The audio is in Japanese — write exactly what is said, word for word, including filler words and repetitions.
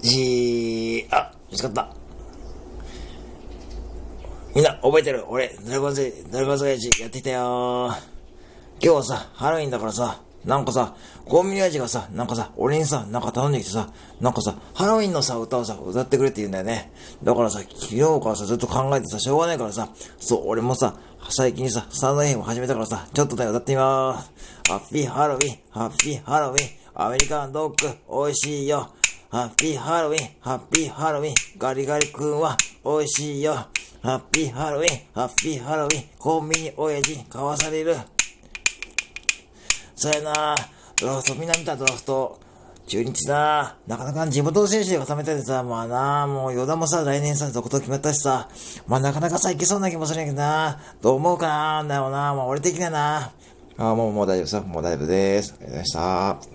じー、あ、見つかった。みんな、覚えてる？俺、ドラゴンズ、ドラゴンズエイジやってきたよー。今日はさ、ハロウィンだからさ、なんかさ、コンビニ親父がさ、なんかさ、俺にさ、なんか頼んできてさ、なんかさ、ハロウィンのさ、歌をさ、歌ってくれって言うんだよね。だからさ、昨日からさ、ずっと考えてさ、しょうがないからさ、そう、俺もさ、最近さ、スタンドエフエム始めたからさ、ちょっとだよ、歌ってみまーす。ハッピーハロウィン、ハッピーハロウィン、アメリカンドッグ、美味しいよ。ハッピーハロウィン、ハッピーハロウィン、ガリガリ君は美味しいよ。ハッピーハロウィン、ハッピーハロウィン、コンビニ親父買わされる。そうやなドラフト、みんな見たドラフト。中日ななかなか地元の選手が固めたりさ、まあなもう与田もさ、来年さ、続投決まったしさ、まあなかなかさ、いけそうな気もするんやけどなどう思うかなだよなもう俺的にはなあ、もうもう大丈夫さ、もう大丈夫です。ありがとうございました。